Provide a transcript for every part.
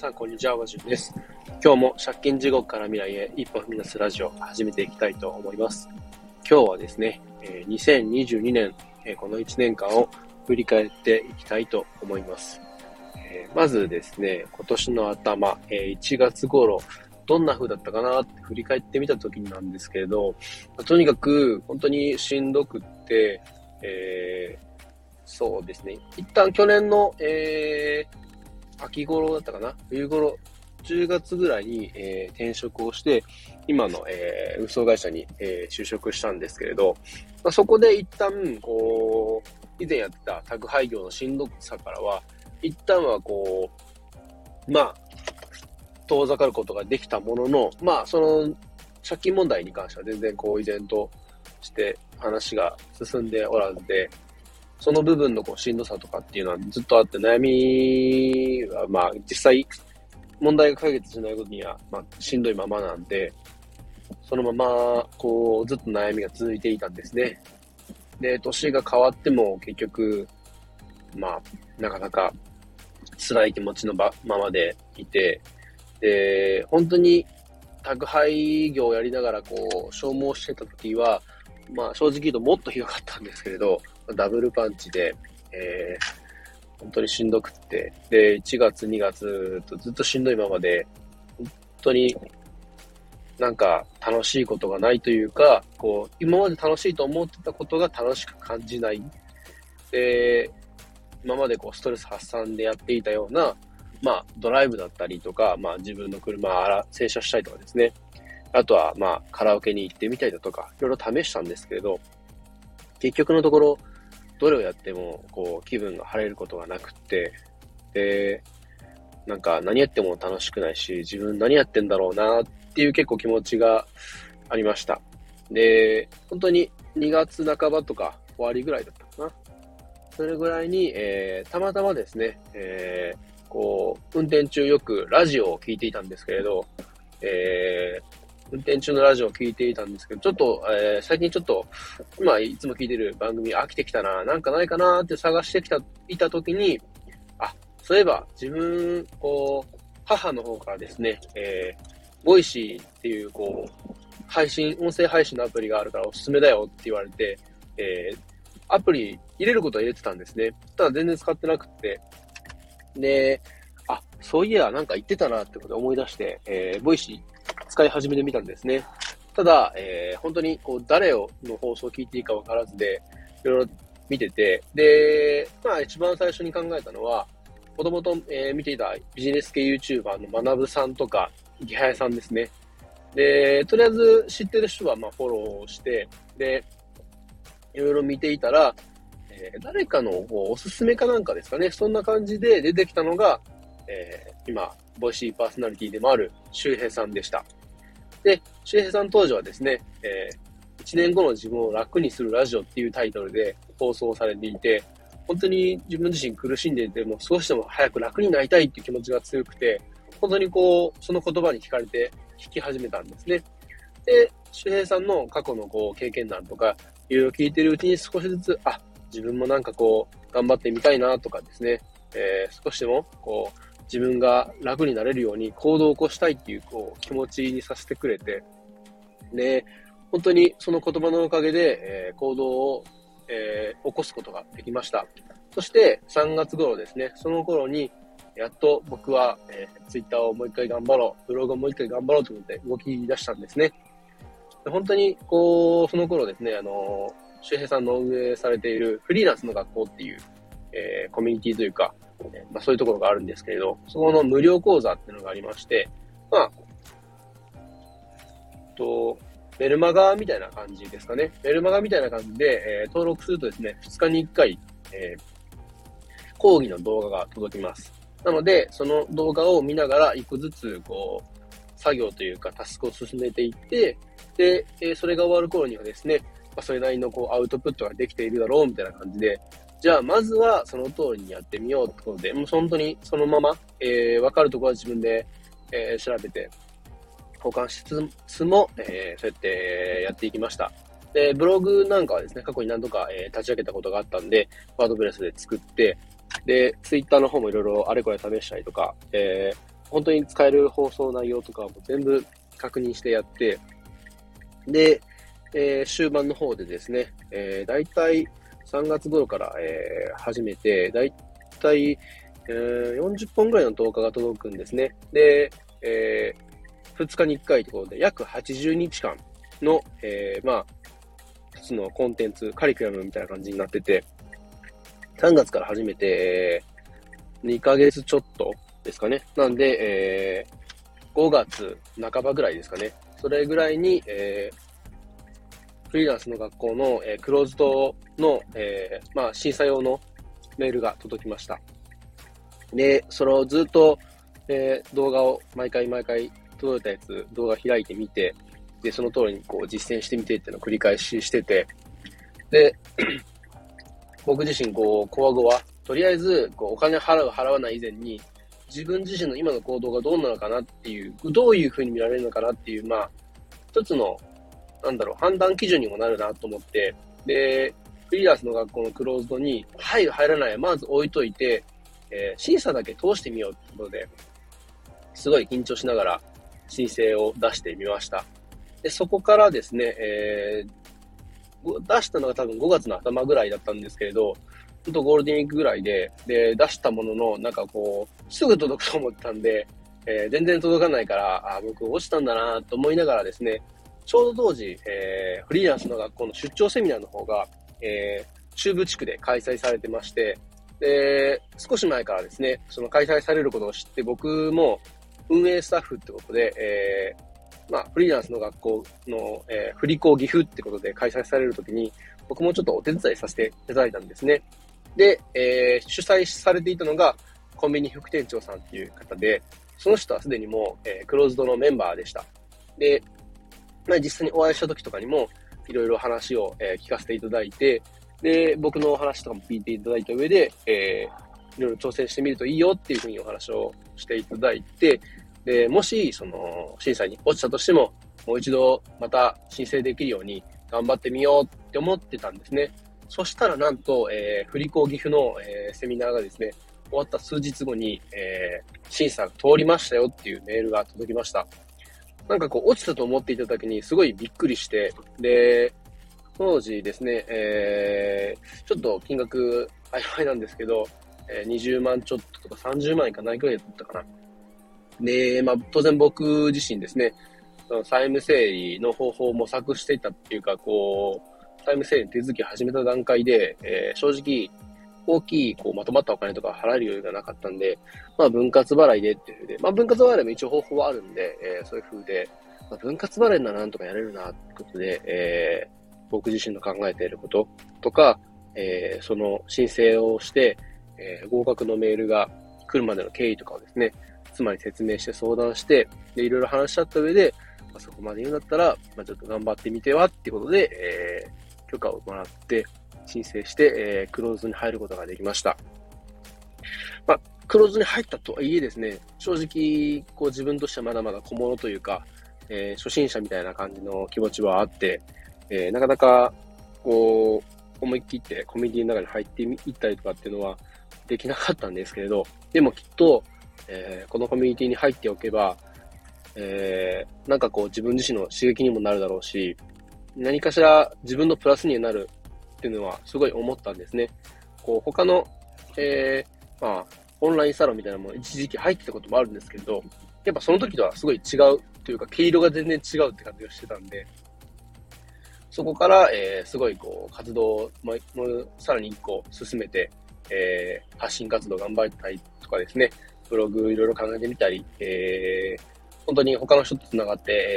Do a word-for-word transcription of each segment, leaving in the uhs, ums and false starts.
さんこんにちは、和順です。今日も借金地獄から未来へ一歩踏み出すラジオを始めていきたいと思います。今日はですね、にせんにじゅうにねん、このいちねんかんを振り返っていきたいと思います。まずですね、今年の頭、いちがつ頃、どんな風だったかなって振り返ってみた時になんですけれど、とにかく本当にしんどくって、えー、そうですね、一旦去年の、えー、秋頃だったかな、冬頃、じゅうがつぐらいに、えー、転職をして、今の、えー、運送会社に、えー、就職したんですけれど、まあ、そこで一旦、こう、以前やってた宅配業のしんどさからは、一旦はこう、まあ、遠ざかることができたものの、まあ、その、借金問題に関しては全然こう、依然として話が進んでおらずで、その部分のこうしんどさとかっていうのはずっとあって、悩みは、まあ、実際、問題が解決しないことには、まあ、しんどいままなんで、そのまま、こう、ずっと悩みが続いていたんですね。で、年が変わっても結局、まあ、なかなか辛い気持ちのままでいて、で、本当に宅配業をやりながらこう、消耗してた時は、まあ正直言うともっとひどかったんですけれど、ダブルパンチで、えー、本当にしんどくって、で、いちがつ、にがつとずっとしんどいままで、本当になんか楽しいことがないというか、こう、今まで楽しいと思ってたことが楽しく感じない。で、今までこうストレス発散でやっていたような、まあドライブだったりとか、まあ自分の車を洗洗車したりとかですね。あとはまあカラオケに行ってみたりだとか、いろいろ試したんですけれど、結局のところ、どれをやってもこう気分が晴れることがなくって、で、なんか何やっても楽しくないし、自分何やってんだろうなっていう結構気持ちがありました。で、本当ににがつなかばとか終わりぐらいだったかな。それぐらいに、えー、たまたまですね、えー、こう、運転中よくラジオを聞いていたんですけれど、えー、運転中のラジオを聞いていたんですけど、ちょっと、えー、最近ちょっと、今いつも聞いてる番組飽きてきたな、なんかないかなって探してきた、いたときに、あ、そういえば自分、こう、母の方からですね、えー、ボイシーっていう、こう、配信、音声配信のアプリがあるからおすすめだよって言われて、えー、アプリ入れることは入れてたんですね。ただ全然使ってなくて。で、あ、そういや、なんか言ってたなってことで思い出して、えー、ボイシー使い始めてみたんですね。ただ、えー、本当にこう誰をの放送を聞いていいかわからずで、いろいろ見てて、で、まあ一番最初に考えたのは、もともと見ていたビジネス系 YouTuber の学さんとか、ギハヤさんですね。で、とりあえず知ってる人はまあフォローして、で、いろいろ見ていたら、えー、誰かのおすすめかなんかですかね。そんな感じで出てきたのが、えー、今、ボイシーパーソナリティでもある周平さんでした。で、周平さん当時はですね、えー、いちねんごの自分を楽にするラジオっていうタイトルで放送されていて、本当に自分自身苦しんでいても少しでも早く楽になりたいっていう気持ちが強くて、本当にこう、その言葉に惹かれて弾き始めたんですね。で、周平さんの過去のこう経験談とか、いろいろ聞いてるうちに少しずつ、あ、自分もなんかこう、頑張ってみたいなとかですね、えー、少しでもこう、自分が楽になれるように行動を起こしたいっていうこう気持ちにさせてくれて、で、本当にその言葉のおかげで、えー、行動を、えー、起こすことができました。そしてさんがつ頃ですね、その頃に、やっと僕は、えー、ツイッターをもう一回頑張ろう、ブログをもう一回頑張ろうと思って動き出したんですね。本当に、こう、その頃ですね、あの、周平さんの運営されているフリーランスの学校っていう、えー、コミュニティというか、えーまあ、そういうところがあるんですけれど、そこの無料講座っていうのがありまして、まあ、と、メルマガみたいな感じですかね。メルマガみたいな感じで、えー、登録するとですね、ふつかにいっかい、えー、講義の動画が届きます。なので、その動画を見ながら一個ずつ、こう、作業というかタスクを進めていって、で、えー、それが終わる頃にはですね、まあ、それなりのこうアウトプットができているだろうみたいな感じで、じゃあまずはその通りにやってみようってことで、もう本当にそのまま、えー、分かるところは自分で、えー、調べて、保管しつつも、えー、そうやってやっていきました。で、ブログなんかはですね、過去に何度か、えー、立ち上げたことがあったんで、ワードプレスで作って、で、ツイッターの方もいろいろあれこれ試したりとか、えー、 本当に使える放送内容とかも全部確認してやって、で、えー、終盤の方でですね、えー、だいたいさんがつ頃から、えー、始めて、だいたい、えー、よんじゅっぽんぐらいの動画が届くんですね。で、えー、ふつかにいっかいということで、約はちじゅうにちかんの、えー、まあ、一つのコンテンツ、カリキュラムみたいな感じになってて、さんがつから始めて、えー、にかげつちょっとですかね。なんで、えー、ごがつなかばぐらいですかね。それぐらいに、えー、フリーランスの学校の、えー、クローズドの、えー、まあ、審査用のメールが届きました。で、それをずっと、えー、動画を毎回毎回届いたやつ、動画開いてみて、で、その通りにこう実践してみてっていうのを繰り返ししてて、で、僕自身、こう、コア語は、とりあえず、こう、お金払う、払わない以前に、自分自身の今の行動がどうなのかなっていう、どういう風に見られるのかなっていう、まあ、一つの、なんだろう、判断基準にもなるなと思って、で、フリーランスの学校のクローズドに、入る、入らないはまず置いといて、えー、審査だけ通してみようってことで、すごい緊張しながら申請を出してみました。で、そこからですね、えー、出したのが多分ごがつの頭ぐらいだったんですけれど、ほんとゴールデンウィークぐらいで、で、出したものの、なんかこう、すぐ届くと思ってたんで、えー、全然届かないから、あ、僕落ちたんだなと思いながらですね、ちょうど当時、えー、フリーランスの学校の出張セミナーの方が、えー、中部地区で開催されてまして、で、少し前からですね、その開催されることを知って、僕も運営スタッフってことで、えー、まあ、フリーランスの学校の、えー、振り子岐阜ってことで開催されるときに、僕もちょっとお手伝いさせていただいたんですね。で、えー、主催されていたのが、コンビニ副店長さんっていう方で、その人はすでにもう、えー、クローズドのメンバーでした。で、まあ、実際にお会いした時とかにも、いろいろ話を、えー、聞かせていただいて、で、僕のお話とかも聞いていただいた上で、えー、いろいろ挑戦してみるといいよっていうふうにお話をしていただいて、で、もし、その、審査に落ちたとしても、もう一度また申請できるように頑張ってみようって思ってたんですね。そしたらなんと、えー、振り子岐阜の、えー、セミナーがですね、終わった数日後に、えー、審査が通りましたよっていうメールが届きました。なんかこう、落ちたと思っていた時にすごいびっくりして、で、当時ですね、えー、ちょっと金額曖昧なんですけど、えー、にじゅうまんちょっととかさんじゅうまんいかないくらいだったかな。で、まあ、当然僕自身ですね、その債務整理の方法を模索していたっていうか、こう、債務整理の手続きを始めた段階で、えー、正直、大きい、こう、まとまったお金とか払える余裕がなかったんで、まあ、分割払いでっていうふうで、まあ、分割払いも一応方法はあるんで、えー、そういうふうで、まあ、分割払いならなんとかやれるな、ってことで、えー、僕自身の考えていることとか、えー、その申請をして、えー、合格のメールが来るまでの経緯とかをですね、妻に説明して相談して、で、いろいろ話し合った上で、まあ、そこまで言うんだったら、まあ、ちょっと頑張ってみてはっていうことで、えー、許可をもらって、申請して、えー、クローズに入ることができました。まあ、クローズに入ったとはいえですね、正直、こう自分としてはまだまだ小物というか、えー、初心者みたいな感じの気持ちはあって、えー、なかなか、こう、思い切ってコミュニティの中に入っていったりとかっていうのはできなかったんですけれど、でもきっと、えー、このコミュニティに入っておけば、えー、なんかこう自分自身の刺激にもなるだろうし、何かしら自分のプラスになるっていうのはすごい思ったんですね。こう他の、えー、まあ、オンラインサロンみたいなのも一時期入ってたこともあるんですけど、やっぱその時とはすごい違うというか、毛色が全然違うって感じがしてたんで、そこから、えー、すごいこう活動をもうさらに一個進めて、えー、発信活動頑張ったりとかですね、ブログいろいろ考えてみたり、えー、本当に他の人とつながって、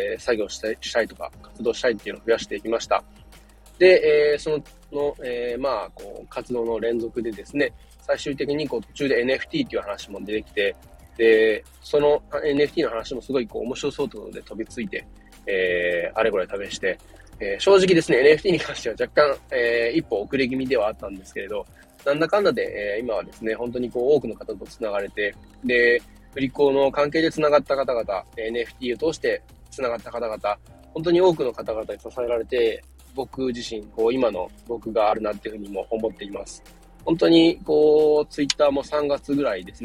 えー、作業したい、したいとか活動したいっていうのを増やしていきました。で、えー、そのの、えー、まあこう活動の連続でですね、最終的にこう途中で エヌエフティー っていう話も出てきて、で、その エヌエフティー の話もすごいこう面白そうということで飛びついて、えー、あれこれ試して、えー、正直ですね、エヌエフティー に関しては若干、えー、一歩遅れ気味ではあったんですけれど、なんだかんだで、えー、今はですね、本当にこう多くの方と繋がれて、で、振り子の関係で繋がった方々、エヌエフティー を通して繋がった方々、本当に多くの方々に支えられて、僕自身、こう今の僕があるなっていうふうにも思っています。本当に、こう、ツイッターもさんがつぐらいですね、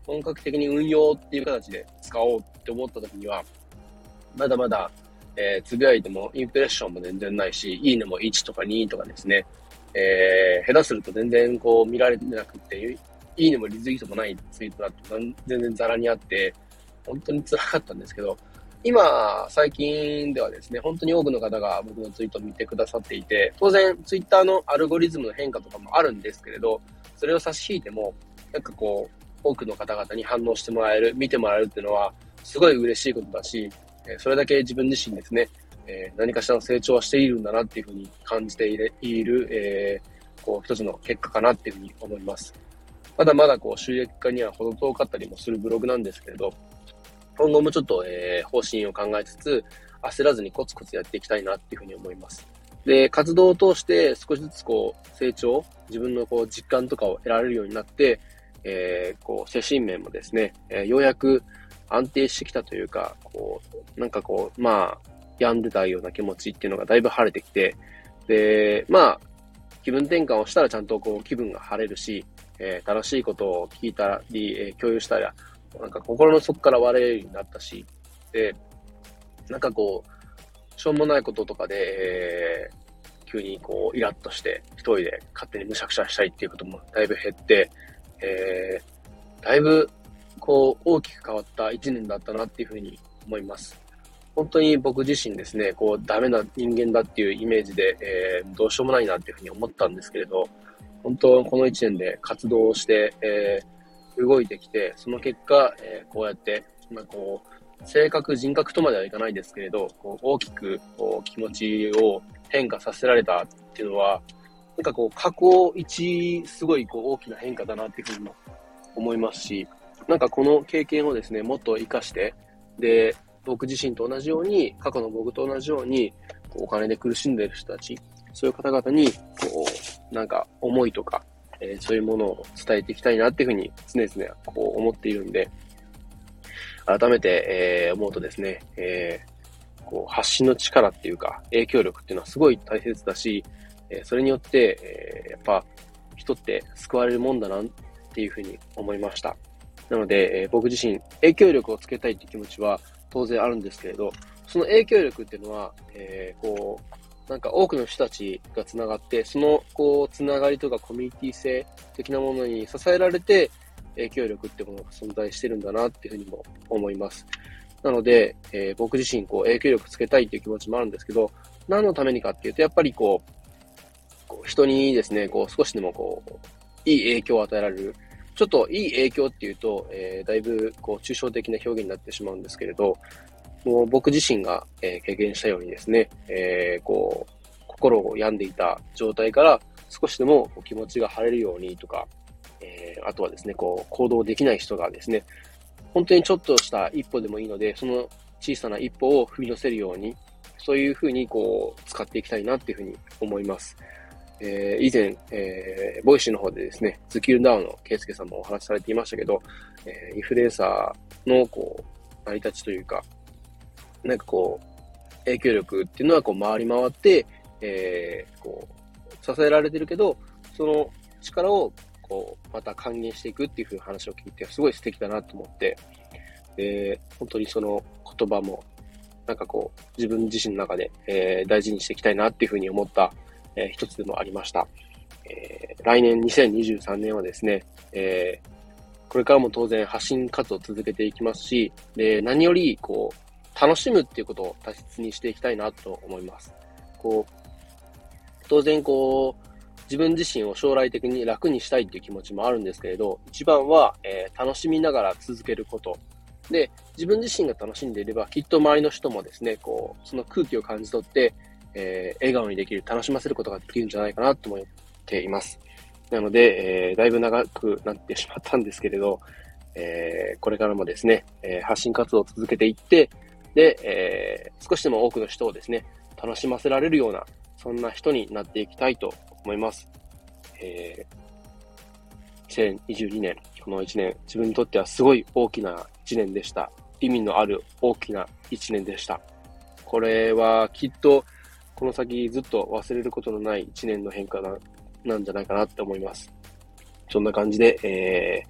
本格的に運用っていう形で使おうって思った時には、まだまだ、えー、つぶやいてもインプレッションも全然ないし、いいねもいちとかにとかですね、えー、下手すると全然こう見られてなくて、いいねもリツイートもないツイートだと全然ザラにあって、本当に辛かったんですけど、今、最近ではですね、本当に多くの方が僕のツイートを見てくださっていて、当然ツイッターのアルゴリズムの変化とかもあるんですけれど、それを差し引いても、なんかこう、多くの方々に反応してもらえる、見てもらえるっていうのは、すごい嬉しいことだし、それだけ自分自身ですね、何かしらの成長はしているんだなっていうふうに感じている、えー、こう一つの結果かなっていうふうに思います。まだまだこう収益化には程遠かったりもするブログなんですけれど、今後もちょっと、えー、方針を考えつつ、焦らずにコツコツやっていきたいなっていうふうに思います。で、活動を通して少しずつこう成長、自分のこう実感とかを得られるようになって、えー、こう精神面もですね、えー、ようやく安定してきたというか、こう、なんかこう、まあ、病んでたような気持ちっていうのがだいぶ晴れてきて、で、まあ、気分転換をしたらちゃんとこう気分が晴れるし、えー、楽しいことを聞いたり、えー、共有したら、なんか心の底から割れるようになったし、で、なんかこう、しょうもないこととかで、えー、急にこう、イラッとして、一人で勝手にむしゃくしゃしたいっていうこともだいぶ減って、えー、だいぶ、こう、大きく変わった一年だったなっていうふうに思います。本当に僕自身ですね、こう、ダメな人間だっていうイメージで、えー、どうしようもないなっていうふうに思ったんですけれど、本当この一年で活動をして、えー動いてきて、その結果、えー、こうやって、まあ、こう、性格、人格とまではいかないですけれど、こう大きくこう気持ちを変化させられたっていうのは、なんかこう、過去一、すごいこう大きな変化だなっていうふうにも思いますし、なんかこの経験をですね、もっと活かして、で、僕自身と同じように、過去の僕と同じように、こうお金で苦しんでいる人たち、そういう方々に、こう、なんか思いとか、えー、そういうものを伝えていきたいなっていうふうに常々こう思っているんで、改めて、えー、思うとですね、えー、こう発信の力っていうか影響力っていうのはすごい大切だし、えー、それによって、えー、やっぱ人って救われるもんだなっていうふうに思いました。なので、えー、僕自身影響力をつけたいっていう気持ちは当然あるんですけれど、その影響力っていうのは、えー、こうなんか多くの人たちがつながって、そのこうつながりとかコミュニティ性的なものに支えられて影響力ってものが存在してるんだなっていうふうにも思います。なので、えー、僕自身こう影響力つけたいっていう気持ちもあるんですけど、何のためにかっていうと、やっぱりこう、こう人にですね、こう少しでもこう、いい影響を与えられる。ちょっといい影響っていうと、えー、だいぶこう抽象的な表現になってしまうんですけれど、もう僕自身が、えー、経験したようにですね、えー、こう、心を病んでいた状態から少しでも気持ちが晴れるようにとか、えー、あとはですね、こう、行動できない人がですね、本当にちょっとした一歩でもいいので、その小さな一歩を踏み寄せるように、そういうふうにこう、使っていきたいなっていうふうに思います。えー、以前、えー、ボイシーの方でですね、ズキルダウンのケイスケさんもお話しされていましたけど、えー、インフルエンサーのこう、成り立ちというか、なんかこう、影響力っていうのはこう回り回って、えー、こう、支えられてるけど、その力をこう、また還元していくっていう風な話を聞いて、すごい素敵だなと思って、で、本当にその言葉も、なんかこう、自分自身の中で、えー、大事にしていきたいなっていう風に思った、えー、一つでもありました。えー、来年にせんにじゅうさんねんはですね、えー、これからも当然発信活動を続けていきますし、で、何より、こう、楽しむっていうことを大切にしていきたいなと思います。こう、当然こう、自分自身を将来的に楽にしたいっていう気持ちもあるんですけれど、一番は、えー、楽しみながら続けること。で、自分自身が楽しんでいれば、きっと周りの人もですね、こう、その空気を感じ取って、えー、笑顔にできる、楽しませることができるんじゃないかなと思っています。なので、えー、だいぶ長くなってしまったんですけれど、えー、これからもですね、えー、発信活動を続けていって、で、えー、少しでも多くの人をですね、楽しませられるような、そんな人になっていきたいと思います。えー、にせんにじゅうにねん、このいちねん、自分にとってはすごい大きないちねんでした。意味のある大きないちねんでした。これはきっと、この先ずっと忘れることのないいちねんの変化な、なんじゃないかなって思います。そんな感じで、えー、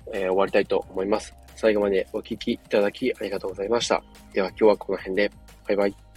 えー終わりたいと思います。最後までお聞きいただきありがとうございました。では今日はこの辺で。バイバイ。